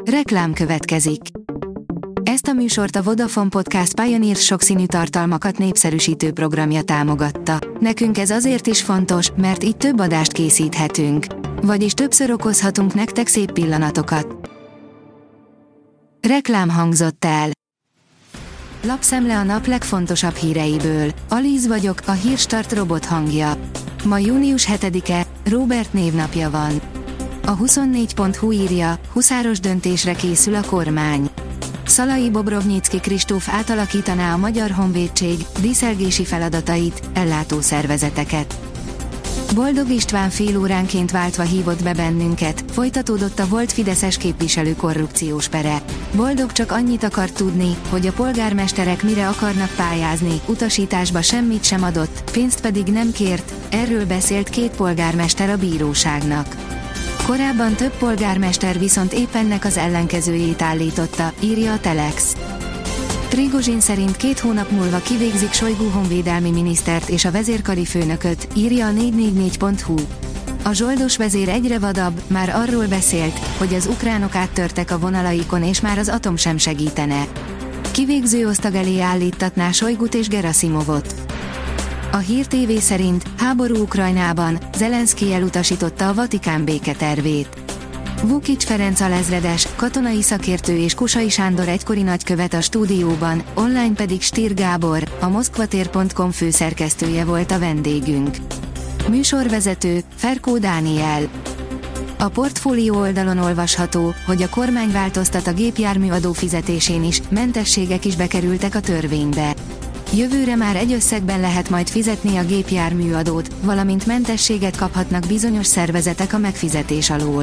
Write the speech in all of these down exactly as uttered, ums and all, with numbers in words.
Reklám következik. Ezt a műsort a Vodafone Podcast Pioneer sokszínű tartalmakat népszerűsítő programja támogatta. Nekünk ez azért is fontos, mert így több adást készíthetünk. Vagyis többször okozhatunk nektek szép pillanatokat. Reklám hangzott el. Lapszemle a nap legfontosabb híreiből. Alíz vagyok, a Hírstart robot hangja. Ma június hetedike, Róbert névnapja van. A huszonnégy pont hu írja, huszáros döntésre készül a kormány. Szalai Bobrovnyicki Kristóf átalakítaná a Magyar Honvédség díszelgési feladatait, ellátószervezeteket. Boldog István félóránként váltva hívott be bennünket, folytatódott a volt fideszes képviselő korrupciós pere. Boldog csak annyit akart tudni, hogy a polgármesterek mire akarnak pályázni, utasításba semmit sem adott, pénzt pedig nem kért, erről beszélt két polgármester a bíróságnak. Korábban több polgármester viszont épp ennek az ellenkezőjét állította, írja a Telex. Prigozsin szerint két hónap múlva kivégzik Sojgu honvédelmi minisztert és a vezérkari főnököt, írja a négy négy négy pont hu. A zsoldos vezér egyre vadabb, már arról beszélt, hogy az ukránok áttörtek a vonalaikon és már az atom sem segítene. Kivégző osztag elé állítatná Sojgut és Gerasimovot. A Hír té vé szerint háború Ukrajnában, Zelenszkij elutasította a Vatikán béketervét. Vukics Ferenc alezredes, katonai szakértő és Kusai Sándor egykori nagykövet a stúdióban, online pedig Stír Gábor, a moszkvatér pont com főszerkesztője volt a vendégünk. Műsorvezető, Ferkó Dániel. A Portfólió oldalon olvasható, hogy a kormány változtat a gépjármű adófizetésén is, mentességek is bekerültek a törvénybe. Jövőre már egy összegben lehet majd fizetni a gépjárműadót, valamint mentességet kaphatnak bizonyos szervezetek a megfizetés alól.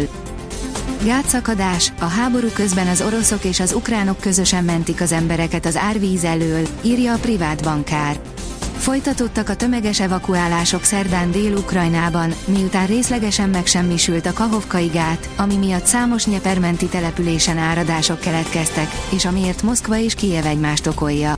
Gátszakadás, a háború közben az oroszok és az ukránok közösen mentik az embereket az árvíz elől, írja a privát bankár. Folytatódtak a tömeges evakuálások szerdán Dél-Ukrajnában, miután részlegesen megsemmisült a Kahovkai gát, ami miatt számos nyepermenti településen áradások keletkeztek, és amiért Moszkva és Kijev egymást okolja.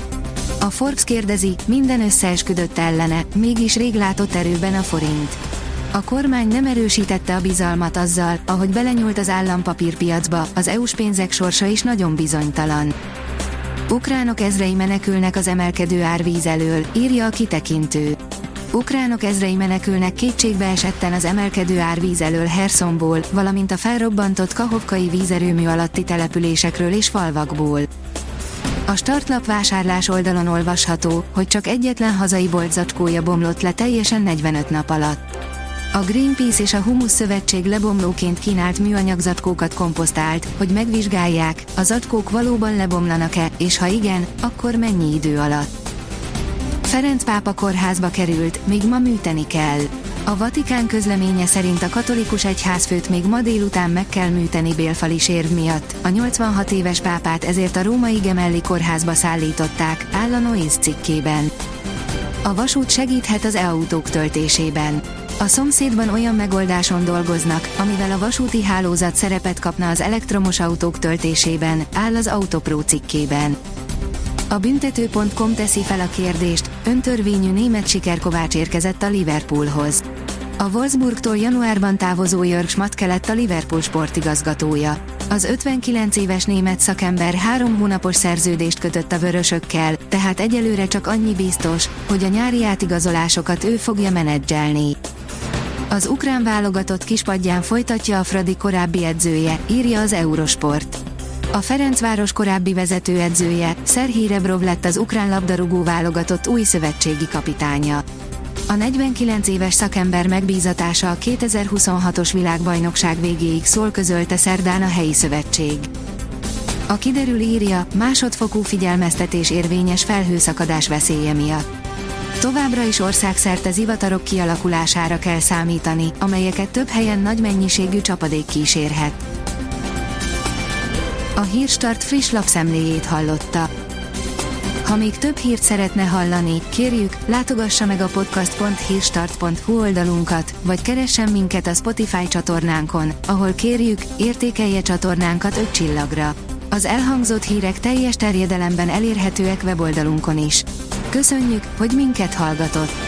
A Forbes kérdezi, minden összeesküdött ellene, mégis rég látott erőben a forint. A kormány nem erősítette a bizalmat azzal, ahogy belenyúlt az állampapírpiacba, az é u-s pénzek sorsa is nagyon bizonytalan. Ukránok ezrei menekülnek az emelkedő árvíz elől, írja a kitekintő. Ukránok ezrei menekülnek kétségbeesetten az emelkedő árvíz elől Hersonból, valamint a felrobbantott Kahovkai vízerőmű alatti településekről és falvakból. A startlap vásárlás oldalon olvasható, hogy csak egyetlen hazai bolt zacskója bomlott le teljesen negyvenöt nap alatt. A Greenpeace és a Humusz Szövetség lebomlóként kínált műanyag zacskókat komposztált, hogy megvizsgálják, a zacskók valóban lebomlanak-e, és ha igen, akkor mennyi idő alatt. Ferenc pápa kórházba került, még ma műteni kell. A Vatikán közleménye szerint a katolikus egyházfőt még ma délután meg kell műteni bélfali sérv miatt, a nyolcvanhat éves pápát ezért a római Gemelli kórházba szállították, áll a Noise cikkében. A vasút segíthet az e-autók töltésében. A szomszédban olyan megoldáson dolgoznak, amivel a vasúti hálózat szerepet kapna az elektromos autók töltésében, áll az Autopro cikkében. A büntető pont com teszi fel a kérdést, öntörvényű német sikerkovács érkezett a Liverpoolhoz. A Wolfsburgtól januárban távozó Jörg Schmatke lett a Liverpool sportigazgatója. Az ötvenkilenc éves német szakember három hónapos szerződést kötött a vörösökkel, tehát egyelőre csak annyi biztos, hogy a nyári átigazolásokat ő fogja menedzselni. Az ukrán válogatott kispadján folytatja a Fradi korábbi edzője, írja az Eurosport. A Ferencváros korábbi vezetőedzője, Szerhij Rebrov lett az ukrán labdarúgó válogatott új szövetségi kapitánya. A negyvenkilenc éves szakember megbízatása a kétezer-huszonhatos világbajnokság végéig szól, közölte szerdán a helyi szövetség. A kiderül írja, másodfokú figyelmeztetés érvényes felhőszakadás veszélye miatt. Továbbra is országszerte zivatarok kialakulására kell számítani, amelyeket több helyen nagy mennyiségű csapadék kísérhet. A Hírstart friss lapszemléjét hallotta. Ha még több hírt szeretne hallani, kérjük, látogassa meg a podcast pont hírstart pont hu oldalunkat, vagy keressen minket a Spotify csatornánkon, ahol kérjük, értékelje csatornánkat öt csillagra. Az elhangzott hírek teljes terjedelemben elérhetőek weboldalunkon is. Köszönjük, hogy minket hallgatott!